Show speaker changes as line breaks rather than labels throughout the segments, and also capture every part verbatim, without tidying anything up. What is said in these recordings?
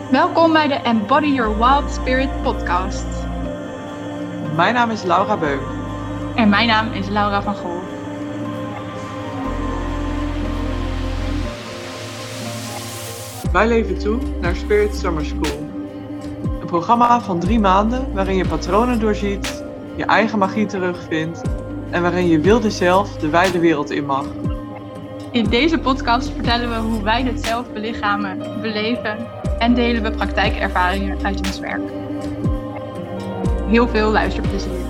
Welkom bij de Embody Your Wild Spirit podcast.
Mijn naam is Laura Beuk.
En mijn naam is Laura van Gool.
Wij leven toe naar Spirit Summer School. Een programma van drie maanden waarin je patronen doorziet, je eigen magie terugvindt en waarin je wilde zelf de wijde wereld in mag.
In deze podcast vertellen we hoe wij dit zelf belichamen, beleven en delen we praktijkervaringen uit ons werk. Heel veel luisterplezier.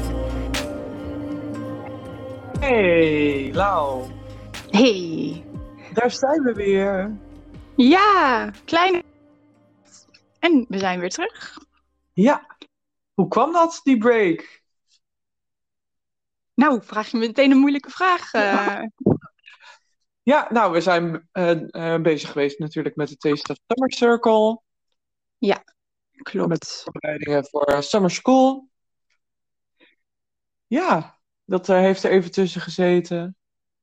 Hey, Lau.
Hey.
Daar zijn we weer.
Ja, kleine... En we zijn weer terug.
Ja. Hoe kwam dat, die break?
Nou, vraag je me meteen een moeilijke vraag. Uh...
Ja, nou, we zijn uh, uh, bezig geweest natuurlijk met de Taste of Summer Circle.
Ja, klopt.
Met de voorbereidingen voor uh, Summer School. Ja, dat uh, heeft er even tussen gezeten.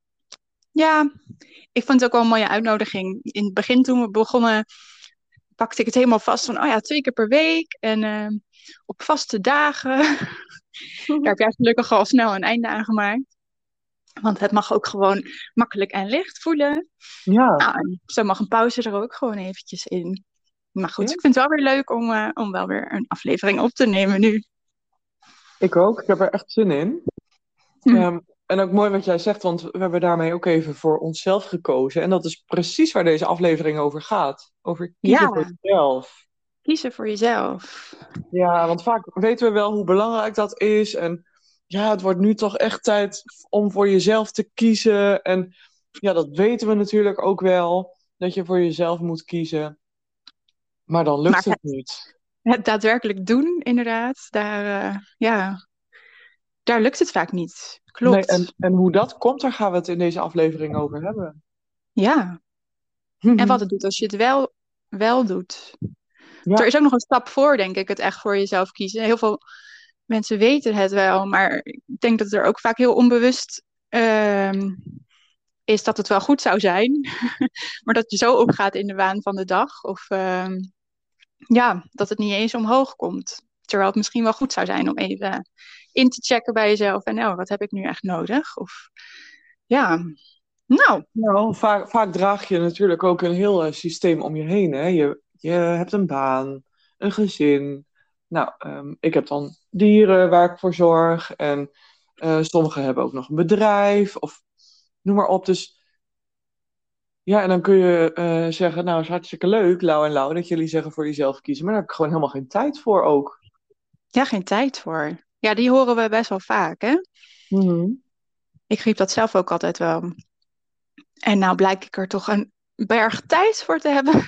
Ja, ik vond het ook wel een mooie uitnodiging. In het begin toen we begonnen, pakte ik het helemaal vast van, oh ja, twee keer per week. En uh, op vaste dagen. Daar heb jij gelukkig al snel een einde aan gemaakt. Want het mag ook gewoon makkelijk en licht voelen.
Ja.
Nou, en zo mag een pauze er ook gewoon eventjes in. Maar goed,
Ja.
Ik vind het wel weer leuk om, uh, om wel weer een aflevering op te nemen nu.
Ik ook. Ik heb er echt zin in.
Hm.
Um, en ook mooi wat jij zegt, want we hebben daarmee ook even voor onszelf gekozen. En dat is precies waar deze aflevering over gaat. Over kiezen
Ja.
voor jezelf.
Kiezen voor jezelf.
Ja, want vaak weten we wel hoe belangrijk dat is. En ja, het wordt nu toch echt tijd om voor jezelf te kiezen. En ja, dat weten we natuurlijk ook wel. Dat je voor jezelf moet kiezen. Maar dan lukt
Maar
het niet.
Het daadwerkelijk doen, inderdaad, daar, uh, ja, daar lukt het vaak niet. Klopt.
Nee, en, en hoe dat komt, daar gaan we het in deze aflevering over hebben.
Ja. En wat het doet als je het wel, wel doet. Ja. Er is ook nog een stap voor, denk ik, het echt voor jezelf kiezen. Heel veel mensen weten het wel, maar ik denk dat er ook vaak heel onbewust uh, is dat het wel goed zou zijn. Maar dat je zo opgaat in de waan van de dag. Of uh, ja, dat het niet eens omhoog komt. Terwijl het misschien wel goed zou zijn om even in te checken bij jezelf. En nou, wat heb ik nu echt nodig? Of ja, nou.
Nou, vaak, vaak draag je natuurlijk ook een heel uh, systeem om je heen. Hè? Je, je hebt een baan, een gezin. Nou, um, ik heb dan dieren waar ik voor zorg. En uh, sommigen hebben ook nog een bedrijf. Of noem maar op. Dus ja, en dan kun je uh, zeggen, nou, is hartstikke leuk, Lau en Lau, dat jullie zeggen voor jezelf kiezen. Maar daar heb ik gewoon helemaal geen tijd voor ook.
Ja, geen tijd voor. Ja, die horen we best wel vaak, hè?
Mm-hmm.
Ik riep dat zelf ook altijd wel. En nou blijk ik er toch een berg tijd voor te hebben.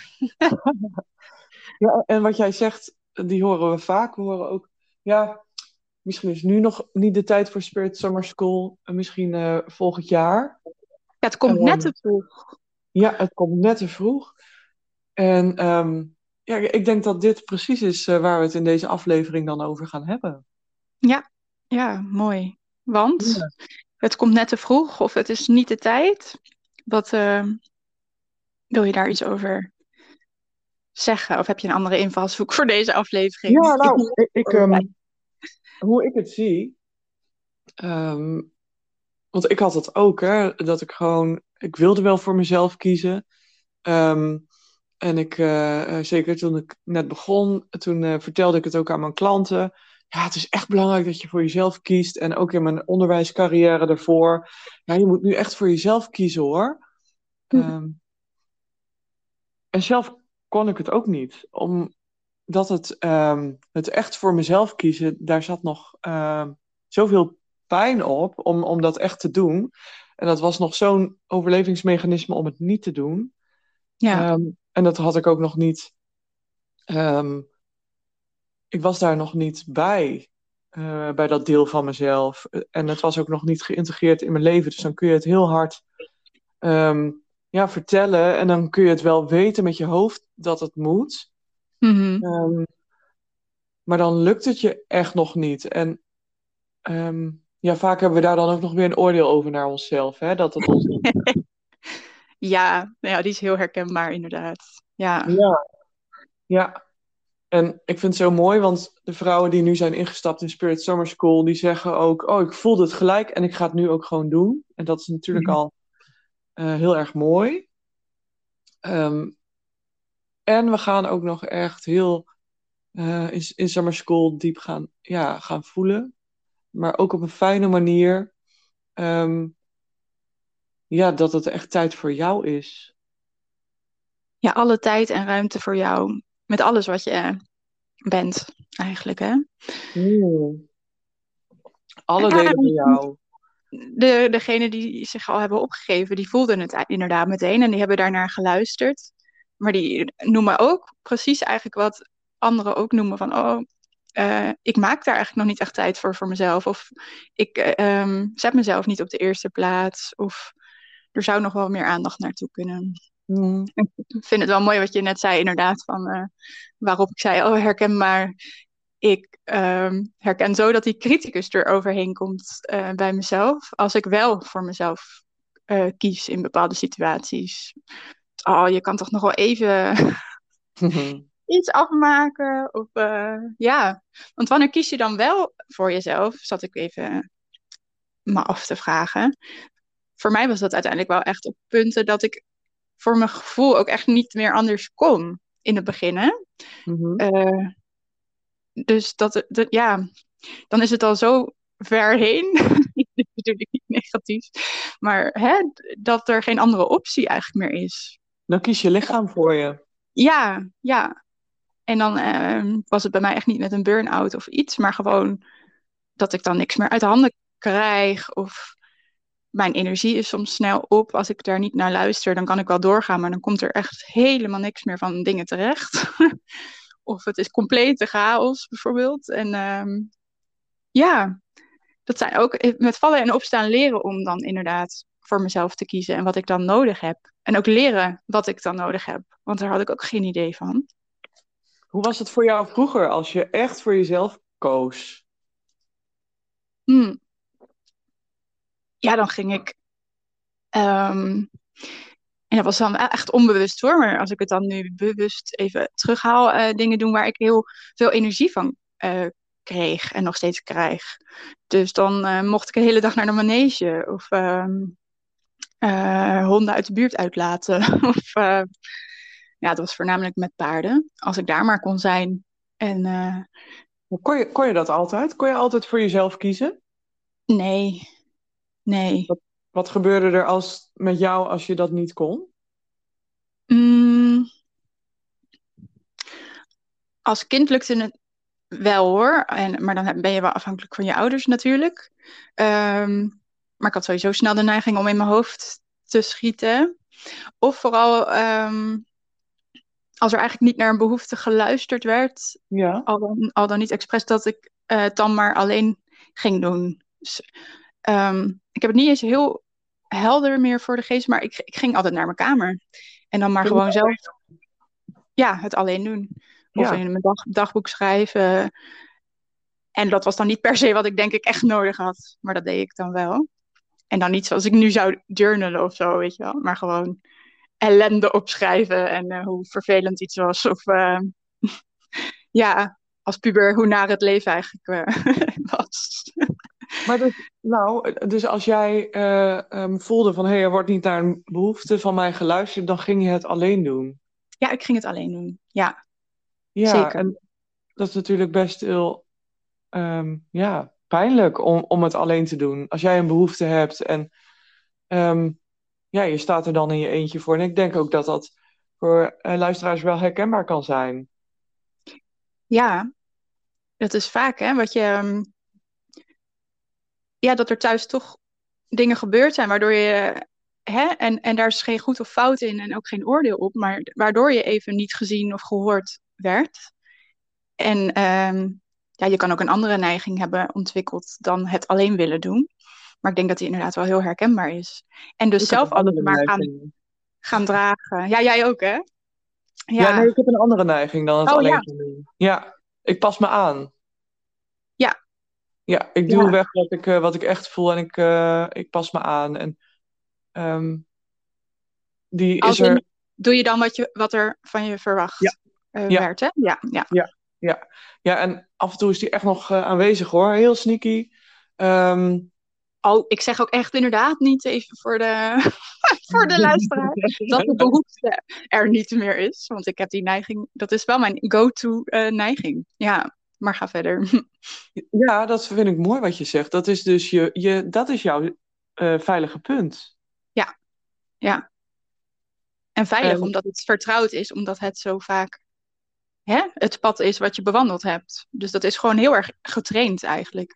Ja, en wat jij zegt, die horen we vaak. We horen ook, ja, misschien is nu nog niet de tijd voor Spirit Summer School. Misschien uh, volgend jaar.
Ja, het komt um, net te vroeg.
Ja, het komt net te vroeg. En um, ja, ik denk dat dit precies is uh, waar we het in deze aflevering dan over gaan hebben.
Ja, ja, mooi. Want ja. Het komt net te vroeg of het is niet de tijd. Wat uh, wil je daar iets over zeggen? Of heb je een andere invalshoek voor deze aflevering?
Ja, nou, ik, ik, um, hoe ik het zie... Um, want ik had het ook, hè, dat ik gewoon... Ik wilde wel voor mezelf kiezen. Um, en ik, uh, zeker toen ik net begon, toen uh, vertelde ik het ook aan mijn klanten. Ja, het is echt belangrijk dat je voor jezelf kiest. En ook in mijn onderwijscarrière daarvoor. Ja, je moet nu echt voor jezelf kiezen, hoor. Um, en zelf kon ik het ook niet. Omdat het, um, het echt voor mezelf kiezen, daar zat nog uh, zoveel pijn op om, om dat echt te doen. En dat was nog zo'n overlevingsmechanisme om het niet te doen.
Ja.
Um, en dat had ik ook nog niet... Um, ik was daar nog niet bij. Uh, bij dat deel van mezelf. En het was ook nog niet geïntegreerd in mijn leven. Dus dan kun je het heel hard um, ja, vertellen. En dan kun je het wel weten met je hoofd dat het moet.
Mm-hmm.
Um, maar dan lukt het je echt nog niet. En um, ja, vaak hebben we daar dan ook nog weer een oordeel over naar onszelf. Hè? Dat het ons niet...
ja, nou ja, die is heel herkenbaar inderdaad. Ja.
Ja. Ja. En ik vind het zo mooi, want de vrouwen die nu zijn ingestapt in Spirit Summer School, die zeggen ook, oh, ik voelde het gelijk en ik ga het nu ook gewoon doen. En dat is natuurlijk
Mhm.
al uh, heel erg mooi. Um, en we gaan ook nog echt heel uh, in, in Summer School diep gaan, ja, gaan voelen. Maar ook op een fijne manier. Um, ja, dat het echt tijd voor jou is.
Ja, alle tijd en ruimte voor jou. Met alles wat je bent, eigenlijk, hè?
Mm. Alle
Ja,
delen van jou.
de, degenen die zich al hebben opgegeven, die voelden het inderdaad meteen en die hebben daarnaar geluisterd. Maar die noemen ook precies eigenlijk wat anderen ook noemen van, oh, uh, ik maak daar eigenlijk nog niet echt tijd voor voor mezelf. Of ik uh, um, zet mezelf niet op de eerste plaats. Of er zou nog wel meer aandacht naartoe kunnen.
Mm.
Ik vind het wel mooi wat je net zei, inderdaad, van uh, waarop ik zei, oh, herkenbaar. Ik um, herken zo dat die criticus er overheen komt uh, bij mezelf. Als ik wel voor mezelf uh, kies in bepaalde situaties. Oh, je kan toch nog wel even iets afmaken? Of uh, ja, want wanneer kies je dan wel voor jezelf? Zat ik even me af te vragen. Voor mij was dat uiteindelijk wel echt op punten dat ik voor mijn gevoel ook echt niet meer anders kon in het begin. Hè?
Mm-hmm.
Uh, dus dat, dat, ja, dan is het al zo ver heen. Dit bedoel ik niet negatief. Maar hè, dat er geen andere optie eigenlijk meer is.
Dan kies je lichaam voor je.
Ja, ja. En dan uh, was het bij mij echt niet met een burn-out of iets, maar gewoon dat ik dan niks meer uit de handen krijg. Of mijn energie is soms snel op. Als ik daar niet naar luister, dan kan ik wel doorgaan, maar dan komt er echt helemaal niks meer van dingen terecht. Of het is complete chaos, bijvoorbeeld. En um, ja, dat zijn ook met vallen en opstaan leren om dan inderdaad voor mezelf te kiezen en wat ik dan nodig heb. En ook leren wat ik dan nodig heb, want daar had ik ook geen idee van.
Hoe was het voor jou vroeger als je echt voor jezelf koos?
Hmm. Ja, dan ging ik... Um, en dat was dan echt onbewust hoor, maar als ik het dan nu bewust even terughaal, uh, dingen doen waar ik heel veel energie van uh, kreeg en nog steeds krijg. Dus dan uh, mocht ik de hele dag naar de manege of um, uh, honden uit de buurt uitlaten. of, uh, ja, dat was voornamelijk met paarden. Als ik daar maar kon zijn. En, uh,
Kon je, kon je dat altijd? Kon je altijd voor jezelf kiezen?
nee, nee.
Wat, wat gebeurde er als, met jou als je dat niet kon?
Mm, als kind lukte het wel hoor. En, maar dan ben je wel afhankelijk van je ouders natuurlijk. Um, maar ik had sowieso snel de neiging om in mijn hoofd te schieten. Of vooral um, als er eigenlijk niet naar een behoefte geluisterd werd.
Ja.
Al dan, al dan niet expres dat ik uh, het dan maar alleen ging doen. Dus, um, ik heb het niet eens heel helder meer voor de geest. Maar ik, ik ging altijd naar mijn kamer. En dan maar
Ging
gewoon zelf ja, het alleen doen. Of
ja.
in mijn dag, dagboek schrijven. En dat was dan niet per se wat ik denk ik echt nodig had. Maar dat deed ik dan wel. En dan niet zoals ik nu zou journalen of zo, weet je wel. Maar gewoon ellende opschrijven en uh, hoe vervelend iets was. Of uh, ja, als puber hoe naar het leven eigenlijk uh, was.
Maar dus, nou, dus als jij uh, um, voelde van... hé, hey, er wordt niet naar een behoefte van mij geluisterd... dan ging je het alleen doen?
Ja, ik ging het alleen doen. Ja,
ja
zeker.
En dat is natuurlijk best heel... Um, ja, pijnlijk om, om het alleen te doen. Als jij een behoefte hebt en... Um, ja, je staat er dan in je eentje voor. En ik denk ook dat dat voor uh, luisteraars wel herkenbaar kan zijn.
Ja, dat is vaak hè, wat je... Um, ja, dat er thuis toch dingen gebeurd zijn waardoor je... Hè, en, en daar is geen goed of fout in en ook geen oordeel op. Maar waardoor je even niet gezien of gehoord werd. En um, ja, je kan ook een andere neiging hebben ontwikkeld dan het alleen willen doen. Maar ik denk dat die inderdaad wel heel herkenbaar is. En dus
Ik heb
zelf
een
alles
andere
maar gaan,
neiging.
gaan dragen. Ja, jij ook, hè? Ja.
Ja, nee, ik heb een andere neiging dan het
Oh,
alleen
ja.
gaan doen. Ja, ik pas me aan.
Ja.
Ja, ik duw ja. weg wat ik, uh, wat ik echt voel en ik, uh, ik pas me aan. En um, die
Als
is er...
in, doe je dan wat, je, wat er van je verwacht
ja.
uh,
ja.
werd, hè? Ja, ja.
ja. Ja. Ja, en af en toe is die echt nog eh, aanwezig hoor. Heel sneaky. Ehm,
Oh, ik zeg ook echt inderdaad niet even voor de, voor de luisteraar dat de behoefte er niet meer is. Want ik heb die neiging, dat is wel mijn go-to eh, neiging. Ja, maar ga verder.
Ja, dat vind ik mooi wat je zegt. Dat is dus je, je, dat is jouw eh, veilige punt.
Ja, ja. En veilig
En
omdat het vertrouwd is, omdat het zo vaak hè, het pad is wat je bewandeld hebt. Dus dat is gewoon heel erg getraind eigenlijk.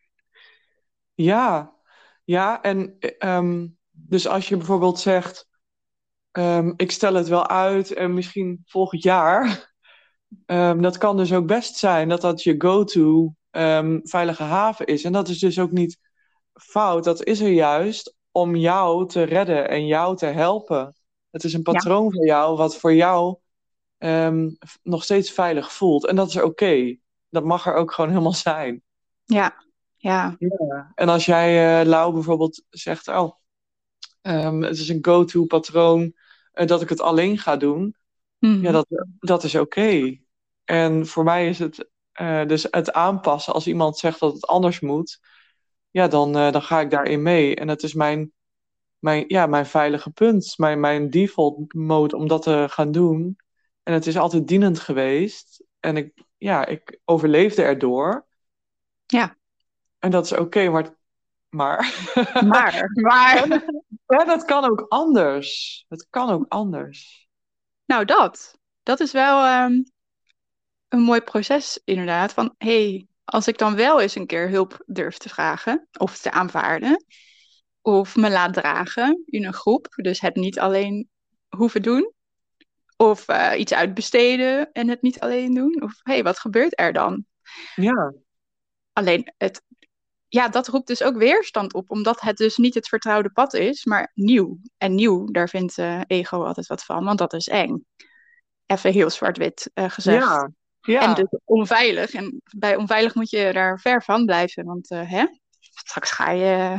ja, ja, en eh, ehm, dus als je bijvoorbeeld zegt, ehm, ik stel het wel uit en misschien volgend jaar, ehm, dat kan dus ook best zijn dat dat je go-to ehm, veilige haven is. En dat is dus ook niet fout. Dat is er juist om jou te redden en jou te helpen. Het is een
Ja,
patroon voor jou wat voor jou ehm, nog steeds veilig voelt. En dat is oké. Dat mag er ook gewoon helemaal zijn.
ja, ja.
Ja. En als jij, eh Lau, bijvoorbeeld zegt, oh, ehm, het is een go-to patroon eh, dat ik het alleen ga doen. Ja,
Mhm.
dat, dat is oké. En voor mij is het eh, dus het aanpassen. Als iemand zegt dat het anders moet, ja, dan, eh, dan ga ik daarin mee. En dat is mijn, mijn, ja, mijn veilige punt, mijn, mijn default mode om dat te gaan doen. En het is altijd dienend geweest. En ik, ja, ik overleefde erdoor.
Ja,
En dat is oké, maar, maar
maar,
ja,
maar,
dat, ja, dat kan ook anders. Het kan ook anders.
nou dat. Dat is wel ehm, een mooi proces inderdaad. Van, hé, hey, als ik dan wel eens een keer hulp durf te vragen of te aanvaarden, of me laat dragen in een groep, dus het niet alleen hoeven doen, of eh, iets uitbesteden en het niet alleen doen, of hé, hey, wat gebeurt er dan?
Ja,
Alleen het, ja, dat roept dus ook weerstand op, omdat het dus niet het vertrouwde pad is, maar nieuw. En nieuw, daar vindt eh, ego altijd wat van, want dat is eng. Even heel zwart-wit eh, gezegd.
ja,
En dus
ja.
onveilig. En bij onveilig moet je daar ver van blijven, want uh, hè? Straks ga je,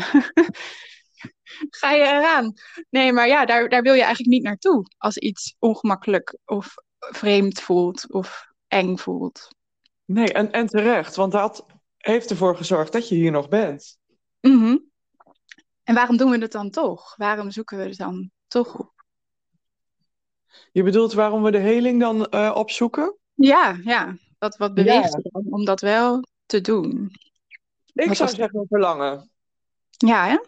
ga je eraan. Nee, maar ja, daar, daar wil je eigenlijk niet naartoe als iets ongemakkelijk of vreemd voelt of eng voelt.
Nee, en, en terecht, want dat heeft ervoor gezorgd dat je hier nog bent.
Mm-hmm. En waarom doen we het dan toch? Waarom zoeken we het dan toch op?
Je bedoelt waarom we de heling dan eh, opzoeken?
Ja, ja. Wat, wat beweegt
Ja,
je dan om dat wel te doen?
ik
Wat
zou
was...
zeggen verlangen.
Ja, hè?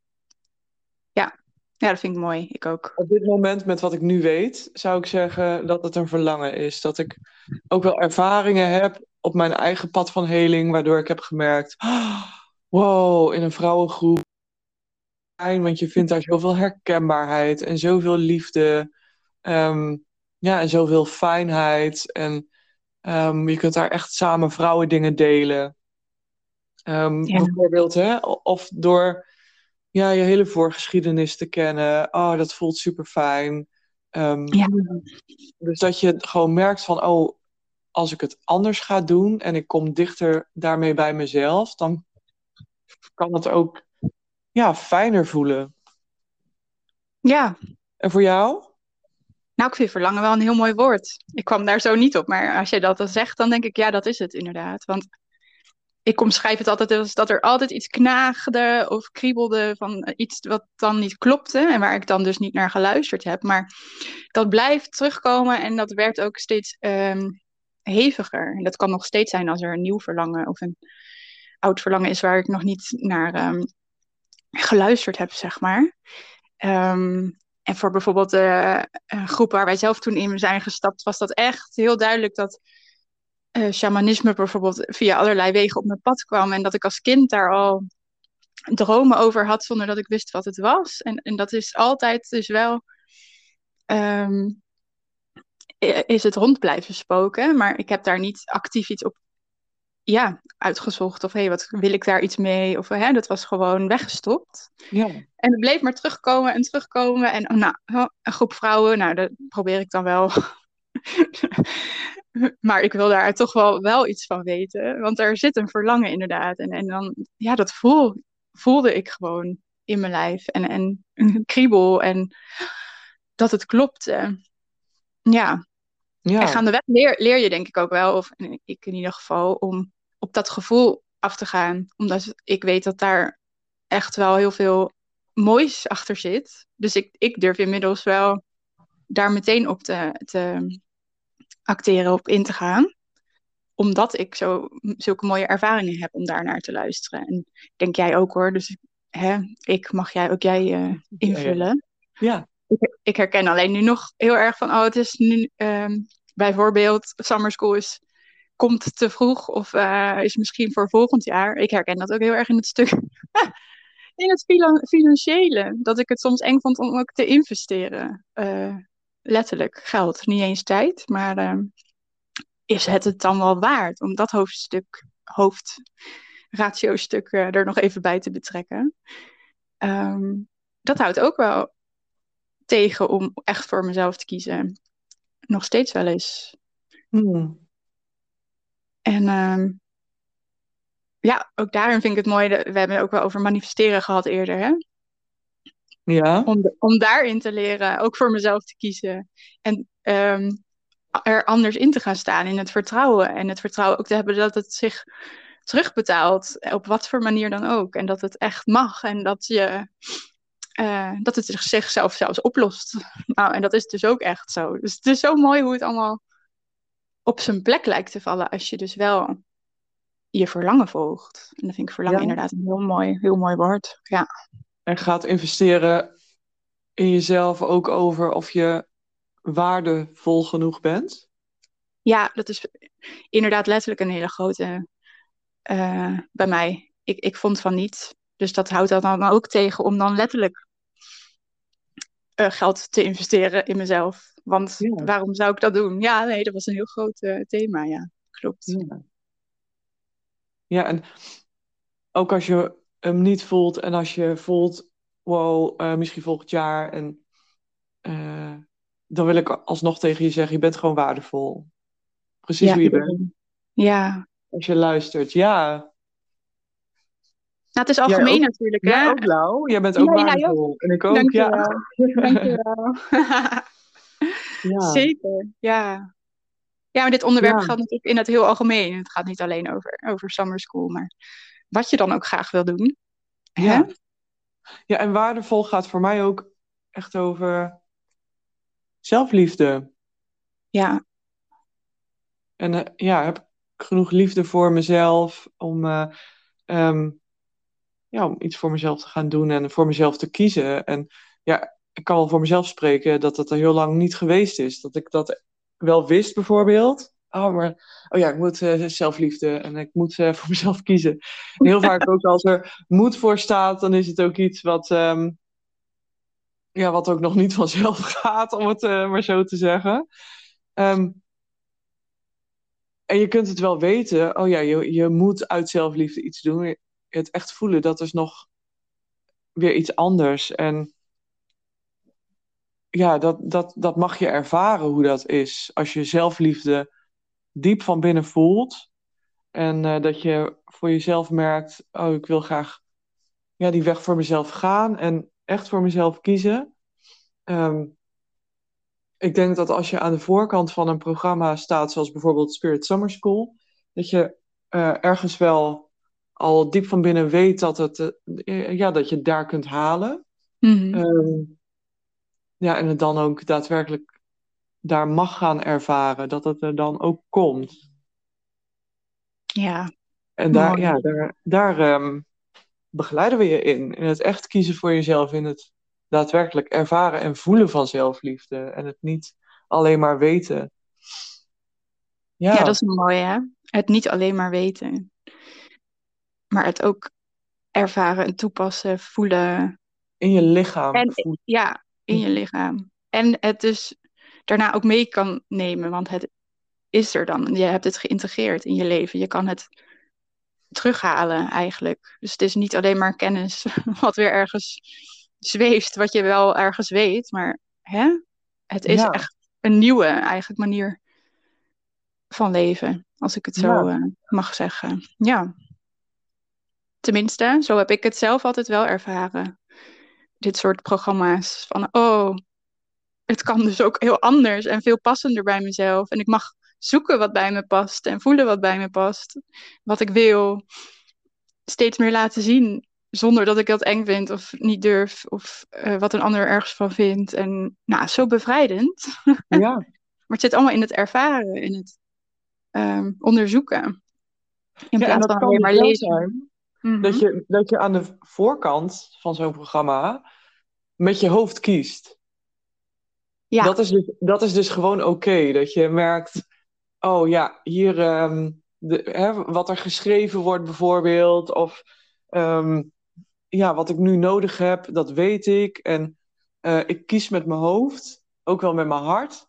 Ja. Ja, dat vind ik mooi. Ik ook.
Op dit moment, met wat ik nu weet, zou ik zeggen dat het een verlangen is. Dat ik ook wel ervaringen heb op mijn eigen pad van heling, waardoor ik heb gemerkt, ah, wow, in een vrouwengroep, fijn, want je vindt daar zoveel herkenbaarheid en zoveel liefde, ehm, ja, en zoveel fijnheid. En ehm, je kunt daar echt samen vrouwendingen delen. Ehm,
Ja.
bijvoorbeeld, hè, of door ja, je hele voorgeschiedenis te kennen. Oh, dat voelt super fijn.
Ja.
Dus dat je gewoon merkt van, oh, als ik het anders ga doen en ik kom dichter daarmee bij mezelf, dan kan het ook, ja, fijner voelen.
Ja.
En voor jou?
Nou, ik vind verlangen wel een heel mooi woord. Ik kwam daar zo niet op, maar als je dat dan zegt, dan denk ik, ja, dat is het inderdaad. Want ik omschrijf het altijd als dat er altijd iets knaagde of kriebelde van eh, iets wat dan niet klopte en waar ik dan dus niet naar geluisterd heb. Maar dat blijft terugkomen en dat werd ook steeds ehm, heviger. En dat kan nog steeds zijn als er een nieuw verlangen of een oud verlangen is waar ik nog niet naar ehm, geluisterd heb, zeg maar. Ehm, en voor bijvoorbeeld de uh, groep waar wij zelf toen in zijn gestapt, was dat echt heel duidelijk dat uh, shamanisme bijvoorbeeld via allerlei wegen op mijn pad kwam. En dat ik als kind daar al dromen over had zonder dat ik wist wat het was. En, en dat is altijd dus wel, um, is het rond blijven spoken. Maar ik heb daar niet actief iets op ja, uitgezocht. Of hé, hey, wat wil ik daar iets mee? Of hè, dat was gewoon weggestopt.
Ja.
En het bleef maar terugkomen en terugkomen. En oh, nou, een groep vrouwen, nou, dat probeer ik dan wel. Maar ik wil daar toch wel, wel iets van weten. Want er zit een verlangen inderdaad. En, en dan, ja, dat voel, voelde ik gewoon in mijn lijf. En, en een kriebel en dat het klopte. Ja, En
Ja.
gaandeweg leer, leer je denk ik ook wel, of ik in ieder geval, om op dat gevoel af te gaan. Omdat ik weet dat daar echt wel heel veel moois achter zit. Dus ik, ik durf inmiddels wel daar meteen op te, te acteren, op in te gaan. Omdat ik zo, zulke mooie ervaringen heb om daar naar te luisteren. En ik denk jij ook hoor. Dus hè, ik mag jij ook jij uh,
Ja, ja.
invullen.
Ja.
Ik, ik herken alleen nu nog heel erg van, oh, het is nu um, bijvoorbeeld Summer School is, komt te vroeg of uh, is misschien voor volgend jaar. Ik herken dat ook heel erg in het stuk, in het finan- financiële. Dat ik het soms eng vond om ook te investeren. Uh, letterlijk geld, niet eens tijd, maar uh, is het het dan wel waard om dat hoofdstuk, hoofdratio-stuk uh, er nog even bij te betrekken? Um, dat houdt ook wel tegen om echt voor mezelf te kiezen. Nog steeds wel eens.
Hmm.
En um, ja, ook daarin vind ik het mooi. Dat, we hebben het ook wel over manifesteren gehad eerder. Hè?
Ja.
Om, de, om daarin te leren, ook voor mezelf te kiezen. En um, er anders in te gaan staan in het vertrouwen. En het vertrouwen ook te hebben dat het zich terugbetaalt. Op wat voor manier dan ook. En dat het echt mag. En dat je... Uh, dat het zichzelf zelfs oplost. Nou, en dat is dus ook echt zo. Dus het is zo mooi hoe het allemaal op zijn plek lijkt te vallen als je dus wel je verlangen volgt. En dat vind ik verlangen
Ja.
inderdaad een heel mooi, heel mooi woord. Ja.
En gaat investeren in jezelf ook over of je waardevol genoeg bent?
Ja, dat is inderdaad letterlijk een hele grote uh, bij mij. Ik, ik vond van niet. Dus dat houdt dat dan ook tegen om dan letterlijk uh, geld te investeren in mezelf. Want
Ja.
waarom zou ik dat doen? Ja, nee, dat was een heel groot uh, thema, ja. Klopt.
Ja. Ja, en ook als je hem niet voelt en als je voelt, wow, uh, misschien volgend jaar. En uh, dan wil ik alsnog tegen je zeggen, je bent gewoon waardevol. Precies
Ja,
hoe je bent.
Ja.
Als je luistert, ja.
Nou, het is
Jij
algemeen
ook,
natuurlijk,
jij
hè?
ook, Lau. Jij bent ook
Ja, jij ook.
waardevol. En ik ook, ja.
Dankjewel. Dankjewel.
Ja.
Zeker, ja. Ja, maar dit onderwerp
Ja.
geldt natuurlijk in het heel algemeen. Het gaat niet alleen over, over summer school, maar wat je dan ook graag wil doen. Hè?
Ja. Ja, en waardevol gaat voor mij ook echt over zelfliefde.
Ja.
En uh, ja, heb ik genoeg liefde voor mezelf om, uh, um, ja, om iets voor mezelf te gaan doen en voor mezelf te kiezen. En ja, ik kan wel voor mezelf spreken dat dat er heel lang niet geweest is. Dat ik dat wel wist bijvoorbeeld. Oh, maar oh ja, ik moet uh, zelfliefde en ik moet uh, voor mezelf kiezen. En heel vaak ook als er moed voor staat, dan is het ook iets wat, um, ja, wat ook nog niet vanzelf gaat, om het uh, maar zo te zeggen. Um, en je kunt het wel weten, oh ja, je, je moet uit zelfliefde iets doen. Het echt voelen, dat is nog weer iets anders. En ja, dat, dat, dat mag je ervaren hoe dat is. Als je zelfliefde diep van binnen voelt. En uh, dat je voor jezelf merkt, oh, ik wil graag ja, die weg voor mezelf gaan. En echt voor mezelf kiezen. Um, ik denk dat als je aan de voorkant van een programma staat, zoals bijvoorbeeld Spirit Summer School, dat je uh, ergens wel al diep van binnen weet dat, het, uh, ja, dat je het daar kunt halen.
Mm-hmm.
Um, ja, en het dan ook daadwerkelijk daar mag gaan ervaren, dat het er dan ook komt.
Ja,
en daar, ja, daar, daar um, begeleiden we je in. In het echt kiezen voor jezelf, in het daadwerkelijk ervaren en voelen van zelfliefde. En het niet alleen maar weten. Ja,
ja, dat is mooi, hè? Het niet alleen maar weten, maar het ook ervaren en toepassen, voelen.
In je lichaam
En
voelen.
ja, in je lichaam. En het dus daarna ook mee kan nemen, want het is er dan. Je hebt het geïntegreerd in je leven. Je kan het terughalen eigenlijk. Dus het is niet alleen maar kennis wat weer ergens zweeft, wat je wel ergens weet, maar hè? Het is
Ja,
echt een nieuwe eigenlijk manier van leven, als ik het zo
ja,
uh, mag zeggen. Ja, tenminste, zo heb ik het zelf altijd wel ervaren. Dit soort programma's van, oh, het kan dus ook heel anders en veel passender bij mezelf. En ik mag zoeken wat bij me past en voelen wat bij me past. Wat ik wil. Steeds meer laten zien. Zonder dat ik dat eng vind of niet durf. Of uh, wat een ander ergens van vindt. En nou, zo bevrijdend.
Ja,
Maar het zit allemaal in het ervaren. In het um, onderzoeken. In
ja, en
plaats
dat
van
kan
alleen
dus
maar
wel
lezen.
zijn
Mm-hmm.
dat je, dat je aan de voorkant van zo'n programma met je hoofd kiest.
Ja.
Dat is dus, dat is dus gewoon oké. Okay, dat je merkt, oh ja, hier um, de, hè, wat er geschreven wordt bijvoorbeeld. Of um, ja, wat ik nu nodig heb, dat weet ik. En uh, ik kies met mijn hoofd, ook wel met mijn hart.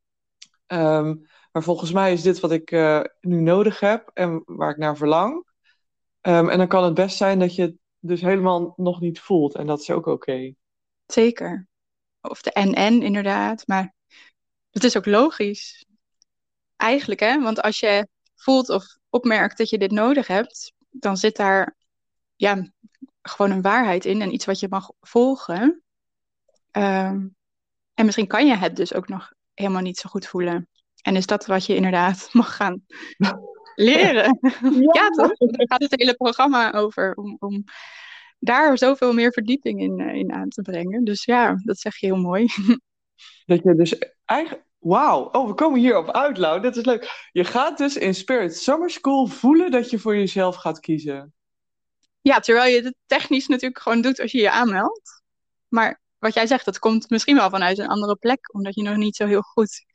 Um, maar volgens mij is dit wat ik uh, nu nodig heb en waar ik naar verlang. Um, en dan kan het best zijn dat je het dus helemaal nog niet voelt. En dat is ook oké. Okay.
Zeker. Of de en-en inderdaad. Maar het is ook logisch. Eigenlijk, hè. Want als je voelt of opmerkt dat je dit nodig hebt, dan zit daar ja, gewoon een waarheid in en iets wat je mag volgen. Um, en misschien kan je het dus ook nog helemaal niet zo goed voelen. En is dat wat je inderdaad mag gaan leren?
Ja,
Ja, toch? Daar gaat het hele programma over. Om, om daar zoveel meer verdieping in, uh, in aan te brengen. Dus ja, dat zeg je heel mooi.
Dat je dus eigenlijk... Wauw, oh, we komen hier op uit, Lau. Dat is leuk. Je gaat dus in Spirit Summer School voelen dat je voor jezelf gaat kiezen.
Ja, terwijl je het technisch natuurlijk gewoon doet als je je aanmeldt. Maar wat jij zegt, dat komt misschien wel vanuit een andere plek. Omdat je nog niet zo heel goed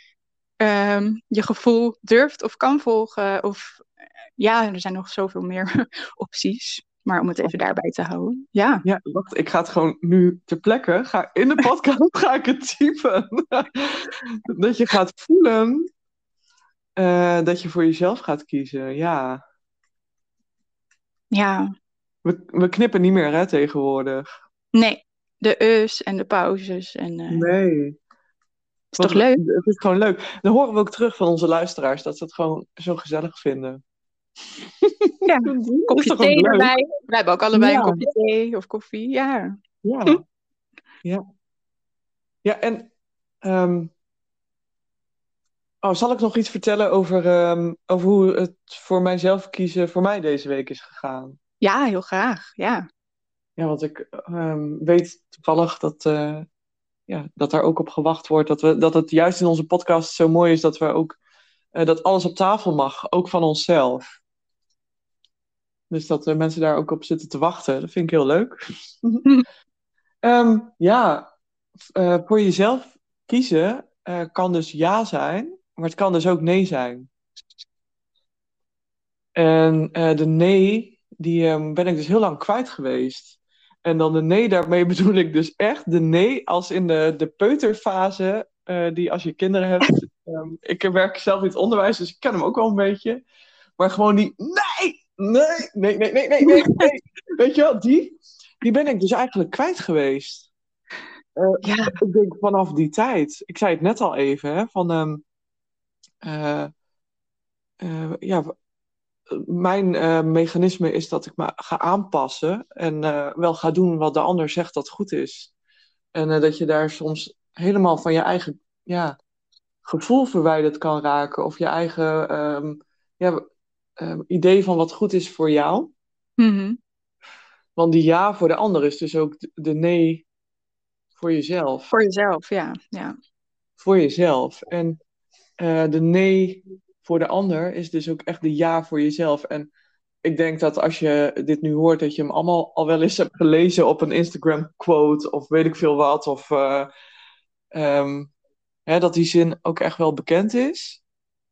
um, je gevoel durft of kan volgen. Of ja, er zijn nog zoveel meer opties. Maar om het even daarbij te houden. Ja.
Ja, wacht, ik ga het gewoon nu ter plekke. Ga, in de podcast ga ik het typen. Dat je gaat voelen uh, dat je voor jezelf gaat kiezen. Ja.
Ja.
We, we knippen niet meer, hè, tegenwoordig.
Nee, de us en de pauzes. En, uh...
Nee.
Is toch leuk?
Het is gewoon leuk. Dan horen we ook terug van onze luisteraars dat ze het gewoon zo gezellig vinden.
Ja, een kopje thee erbij. Wij hebben ook allebei ja. een kopje thee of koffie. Ja.
Ja. Ja. Ja, en... Um... Oh, zal ik nog iets vertellen over, um, over hoe het voor mijzelf kiezen voor mij deze week is gegaan?
Ja, heel graag. Ja.
Ja, want ik um, weet toevallig dat, uh, ja, dat daar ook op gewacht wordt. Dat, we, dat het juist in onze podcast zo mooi is dat we ook uh, dat alles op tafel mag, ook van onszelf. Dus dat uh, mensen daar ook op zitten te wachten. Dat vind ik heel leuk. um, ja, uh, voor jezelf kiezen uh, kan dus ja zijn, maar het kan dus ook nee zijn. En uh, de nee, die um, ben ik dus heel lang kwijt geweest. En dan de nee, daarmee bedoel ik dus echt de nee als in de, de peuterfase, uh, die als je kinderen hebt. Um, ik werk zelf in het onderwijs, dus ik ken hem ook wel een beetje. Maar gewoon die nee, nee, nee, nee, nee, nee, nee, nee. Weet je wel, die, die ben ik dus eigenlijk kwijt geweest. Uh, ja. Ik denk vanaf die tijd. Ik zei het net al even, hè, van... Um, uh, uh, ja... Mijn uh, mechanisme is dat ik me ga aanpassen en uh, wel ga doen wat de ander zegt dat goed is. En uh, dat je daar soms helemaal van je eigen ja, gevoel verwijderd kan raken. Of je eigen um, ja, um, idee van wat goed is voor jou.
Mm-hmm.
Want die ja voor de ander is dus ook de nee voor jezelf.
Voor jezelf, ja. ja.
Voor jezelf. En uh, de nee voor de ander is dus ook echt de ja voor jezelf. En ik denk dat als je dit nu hoort, dat je hem allemaal al wel eens hebt gelezen op een Instagram quote of weet ik veel wat. Of uh, um, hè, dat die zin ook echt wel bekend is.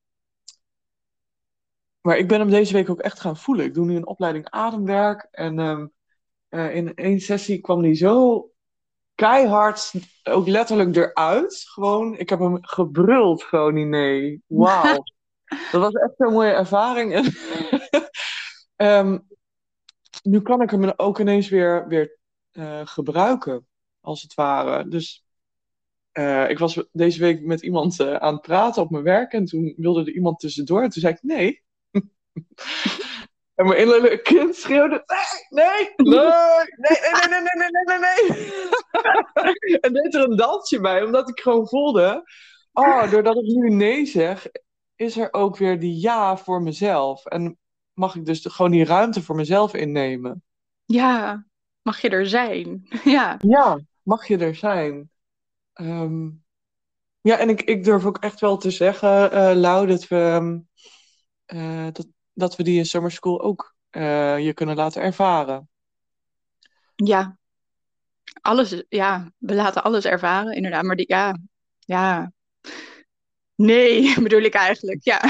Maar ik ben hem deze week ook echt gaan voelen. Ik doe nu een opleiding ademwerk. En um, uh, in één sessie kwam die zo keihard, ook letterlijk eruit. Gewoon, ik heb hem gebruld gewoon die nee. Wauw. Dat was echt zo'n mooie ervaring. um, nu kan ik hem ook ineens weer, weer uh, gebruiken, als het ware. Dus uh, ik was deze week met iemand uh, aan het praten op mijn werk en toen wilde er iemand tussendoor. En toen zei ik nee. En mijn innerlijke kind schreeuwde, nee, nee, nee, nee, nee, nee, nee, nee, nee, nee. En deed er een dansje bij, omdat ik gewoon voelde, oh, doordat ik nu nee zeg, is er ook weer die ja voor mezelf. En mag ik dus gewoon die ruimte voor mezelf innemen.
Ja, mag je er zijn. Ja.
Ja, mag je er zijn. Um, ja, en ik, ik durf ook echt wel te zeggen, uh, Lau, dat we, uh, dat, dat we die in Summer School ook uh, je kunnen laten ervaren.
Ja. Alles, ja, we laten alles ervaren, inderdaad. Maar die, ja, ja. Nee, bedoel ik eigenlijk, ja.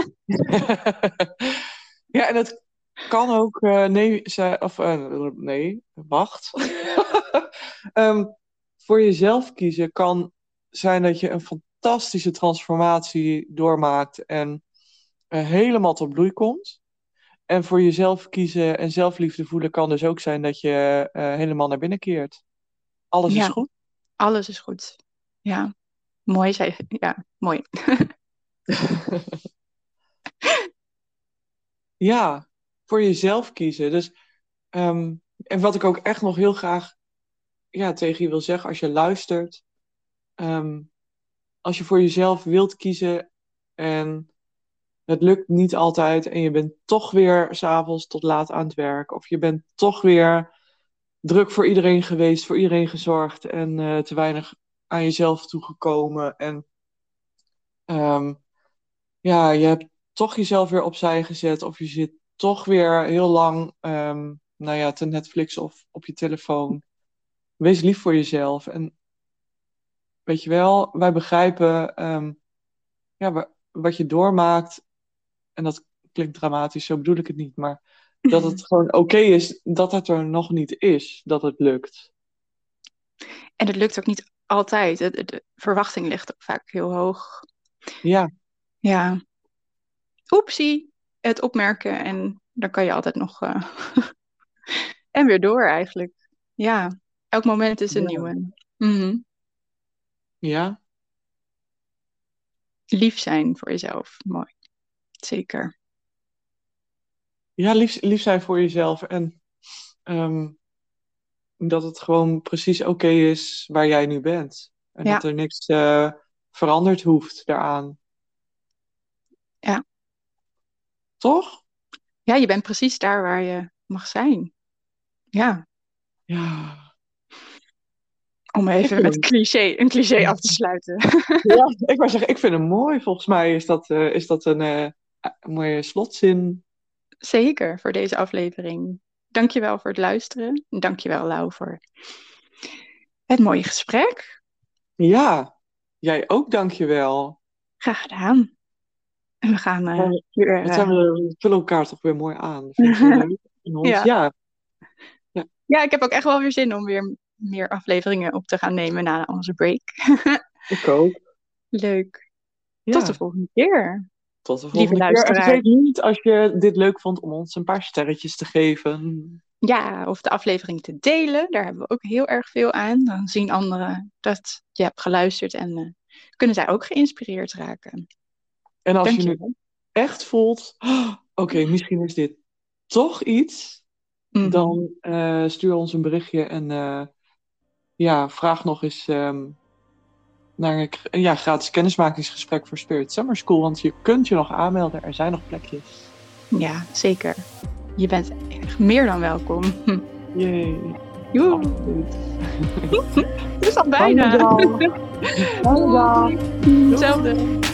Ja, en het kan ook uh, nee zijn, of uh, nee, wacht. um, voor jezelf kiezen kan zijn dat je een fantastische transformatie doormaakt en uh, helemaal tot bloei komt. En voor jezelf kiezen en zelfliefde voelen kan dus ook zijn dat je uh, helemaal naar binnen keert. Alles
Ja,
is goed.
Alles is goed. Ja, mooi zei je. Ja, mooi.
Ja, voor jezelf kiezen. Dus, um, en wat ik ook echt nog heel graag ja, tegen je wil zeggen als je luistert. Um, als je voor jezelf wilt kiezen en het lukt niet altijd en je bent toch weer 's avonds tot laat aan het werk. Of je bent toch weer druk voor iedereen geweest, voor iedereen gezorgd en uh, te weinig aan jezelf toegekomen. En um, ja, je hebt toch jezelf weer opzij gezet of je zit toch weer heel lang um, nou ja, te Netflix of op je telefoon. Wees lief voor jezelf. En weet je wel, wij begrijpen um, ja, wat je doormaakt. En dat klinkt dramatisch, zo bedoel ik het niet. Maar dat het gewoon oké okay is dat het er nog niet is, dat het lukt.
En het lukt ook niet altijd. De, de verwachting ligt ook vaak heel hoog.
Ja.
Ja. Oepsie, het opmerken en dan kan je altijd nog... Uh... en weer door eigenlijk. Ja, elk moment is een ja. nieuwe. Mm-hmm.
Ja.
Lief zijn voor jezelf, mooi. Zeker.
Ja, lief, lief zijn voor jezelf en um, dat het gewoon precies oké okay is waar jij nu bent. En ja. dat er niks uh, veranderd hoeft daaraan.
Ja.
Toch?
Ja, je bent precies daar waar je mag zijn. Ja.
Ja.
Om even met cliché, een cliché af te sluiten.
Ja, ik wou zeggen, ik vind hem mooi. Volgens mij is dat, uh, is dat een, uh, een mooie slotzin.
Zeker, voor deze aflevering. Dankjewel voor het luisteren. Dankjewel, Lau, voor het mooie gesprek.
Ja, jij ook dankjewel.
Graag gedaan. En we gaan uh,
ja,
weer...
Uh... we vullen elkaar toch weer mooi aan. Dat vind ik heel leuk. Ons, ja. Ja.
Ja. ja, ik heb ook echt wel weer zin om weer meer afleveringen op te gaan nemen na onze break.
Ik ook.
Leuk. Ja. Tot de volgende keer.
Tot de volgende Lieve keer. En vergeet niet, als je dit leuk vond, om ons een paar sterretjes te geven.
Ja, of de aflevering te delen. Daar hebben we ook heel erg veel aan. Dan zien anderen dat je hebt geluisterd en uh, kunnen zij ook geïnspireerd raken.
En als Dank je, je nu echt voelt, oh, oké, okay, misschien is dit toch iets, mm-hmm. dan uh, stuur ons een berichtje en uh, ja, vraag nog eens um, naar een ja, gratis kennismakingsgesprek voor Spirit Summer School, want je kunt je nog aanmelden, er zijn nog plekjes.
Ja, zeker. Je bent echt meer dan welkom.
Jee.
Joe. Het is al bijna.
Bijna.
Hetzelfde.